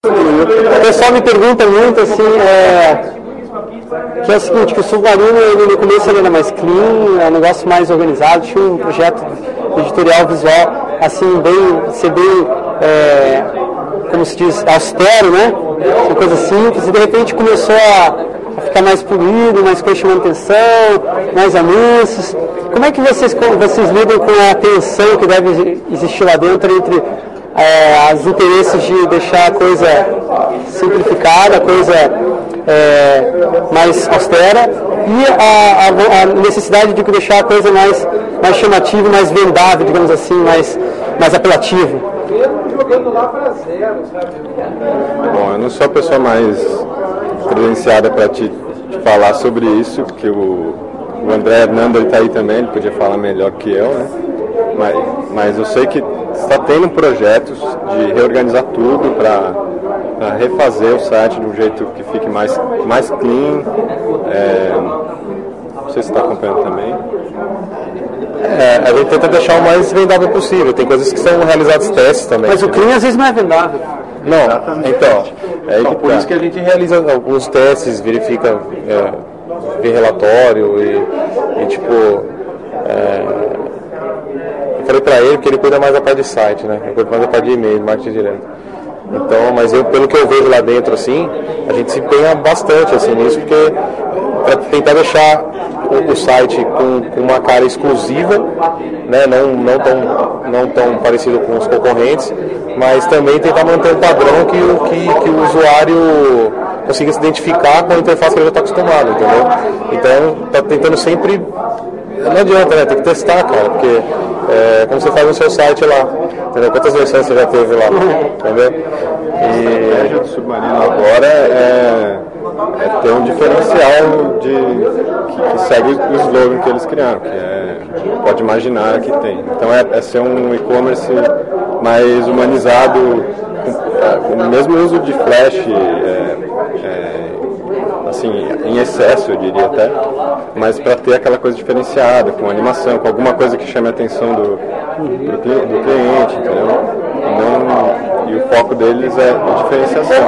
O pessoal me pergunta muito assim, que é o seguinte, que o Submarino no começo ele era mais clean, é um negócio mais organizado, tinha um projeto editorial visual assim, como se diz, austero, né? Uma coisa simples, e de repente começou a ficar mais polido, mais coisa chamando atenção, mais anúncios. Como é que vocês lidam com a tensão que deve existir lá dentro entre os interesses de deixar a coisa simplificada, a coisa mais austera, e a necessidade de deixar a coisa mais chamativa, mais vendável, digamos assim, mais apelativa? Bom, eu não sou a pessoa mais credenciada para te falar sobre isso, porque o André Hernando está aí também, ele podia falar melhor que eu, né? Mas eu sei que está tendo projetos de reorganizar tudo para refazer o site de um jeito que fique mais clean. Não sei se está acompanhando também. A gente tenta deixar o mais vendável possível. Tem coisas que são realizados testes também. Mas o clean às vezes não é vendável. Não, então por isso que a gente realiza alguns testes, verifica, vê relatório e tipo... eu falei pra ele que ele cuida mais da parte de site, né? Eu cuido mais da parte de e-mail, marketing direto. Então, mas pelo que eu vejo lá dentro, assim, a gente se empenha bastante assim, nisso, porque para tentar deixar o site com uma cara exclusiva, né? Não tão parecido com os concorrentes, mas também tentar manter um padrão que o usuário consiga se identificar com a interface que ele já está acostumado, entendeu? Então, tá tentando sempre... Não adianta, né? Tem que testar, cara, porque como você faz no seu site lá, entendeu? Quantas versões você já teve lá, entendeu? E o Submarino agora é ter um diferencial que segue o slogan que eles criaram, que pode imaginar que tem. Então é ser um e-commerce mais humanizado, com o mesmo uso de Flash, assim, em excesso, eu diria até, mas para ter aquela coisa diferenciada, com animação, com alguma coisa que chame a atenção do cliente, entendeu? E o foco deles é a diferenciação,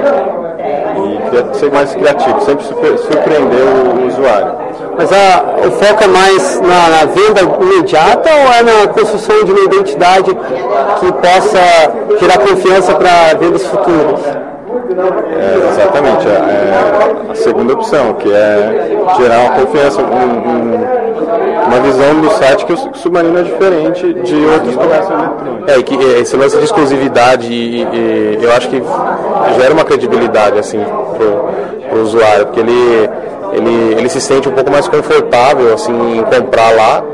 e ser mais criativo, sempre surpreender o usuário. Mas o foco é mais na venda imediata ou é na construção de uma identidade que possa gerar confiança para vendas futuras? Exatamente, a segunda opção, que é gerar uma confiança, uma visão do site que o Submarino é diferente de outros comércios eletrônicos. Que esse lance de exclusividade, eu acho que gera uma credibilidade assim, pro usuário, porque ele se sente um pouco mais confortável assim, em comprar lá.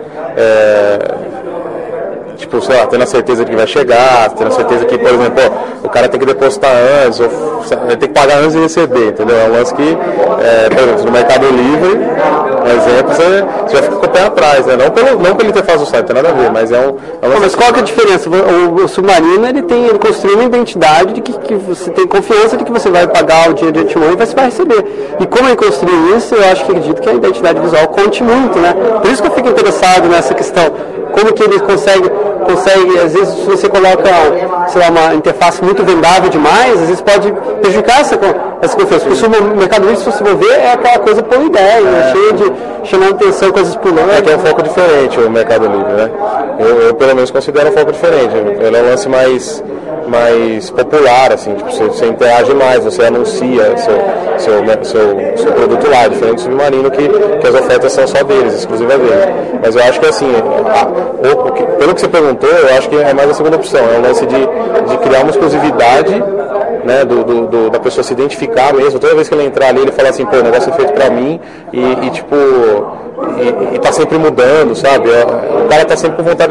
Tipo, sei lá, tendo a certeza de que vai chegar, tendo a certeza que, por exemplo, o cara tem que depositar antes, ou tem que pagar antes de receber, entendeu? É um lance que, por exemplo, no Mercado Livre, por exemplo, você já fica com o pé atrás, né? Não pelo interface do site, não tem nada a ver, mas é um lance. Mas qual que é a diferença? O Submarino, ele construiu uma identidade de que você tem confiança de que você vai pagar o dinheiro de antemão e você vai receber. E como ele construiu isso, eu acredito que a identidade visual conte muito, né? Por isso que eu fico interessado nessa questão. Como que ele consegue, às vezes, se você coloca, sei lá, uma interface muito vendável demais, às vezes pode prejudicar essa confiança. Porque o Mercado Livre, se você for ver, é aquela coisa por ideia, cheia de chamando atenção, coisas pulando. Que é um foco diferente o Mercado Livre, né? Eu pelo menos considero um foco diferente. Ele é um lance mais popular, assim, tipo, você interage mais, você anuncia seu produto lá, diferente do Submarino, que as ofertas são só deles, exclusivas deles. Mas eu acho que assim, pelo que você perguntou, eu acho que é mais a segunda opção, é um lance de criar uma exclusividade, né, da pessoa se identificar mesmo. Toda vez que ele entrar ali, ele fala assim, pô, o negócio é feito pra mim, e tá sempre mudando, sabe? O cara tá sempre com vontade